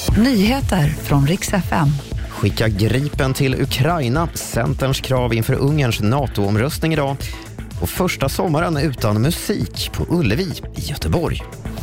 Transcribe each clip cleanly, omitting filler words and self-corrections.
Nyheter från Rix FM. Skicka Gripen till Ukraina, Centerns krav inför Ungerns NATO-omröstning idag. Och första sommaren utan musik på Ullevi i Göteborg.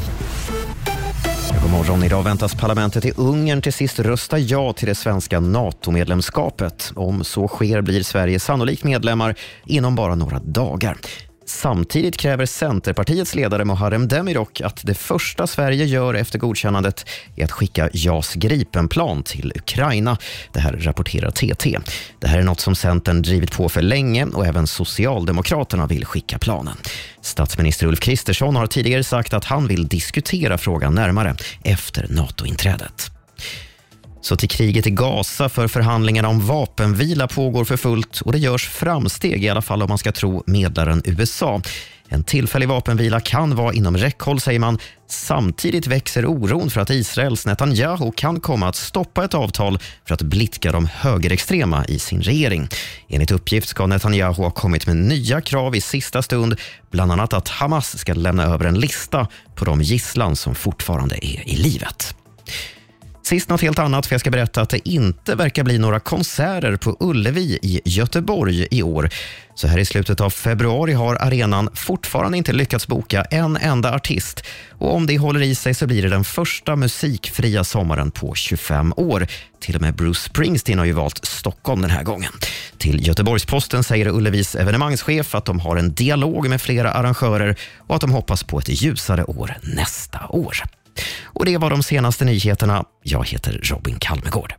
God morgon, idag väntas parlamentet i Ungern till sist rösta ja till det svenska NATO-medlemskapet. Om så sker blir Sverige sannolikt medlemmar inom bara några dagar. Samtidigt kräver Centerpartiets ledare Muharrem Demirok att det första Sverige gör efter godkännandet är att skicka JAS Gripenplan till Ukraina. Det här rapporterar TT. Det här är något som Centern drivit på för länge och även Socialdemokraterna vill skicka planen. Statsminister Ulf Kristersson har tidigare sagt att han vill diskutera frågan närmare efter NATO-inträdet. Så till kriget i Gaza, för förhandlingarna om vapenvila pågår för fullt och det görs framsteg, i alla fall om man ska tro medlaren USA. En tillfällig vapenvila kan vara inom räckhåll, säger man. Samtidigt växer oron för att Israels Netanyahu kan komma att stoppa ett avtal för att blidka de högerextrema i sin regering. Enligt uppgift ska Netanyahu ha kommit med nya krav i sista stund, bland annat att Hamas ska lämna över en lista på de gisslan som fortfarande är i livet. Sist något helt annat, för jag ska berätta att det inte verkar bli några konserter på Ullevi i Göteborg i år. Så här i slutet av februari har arenan fortfarande inte lyckats boka en enda artist. Och om det håller i sig så blir det den första musikfria sommaren på 25 år. Till och med Bruce Springsteen har ju valt Stockholm den här gången. Till Göteborgsposten säger Ullevis evenemangschef att de har en dialog med flera arrangörer och att de hoppas på ett ljusare år nästa år. Och det var de senaste nyheterna. Jag heter Robin Kalmegård.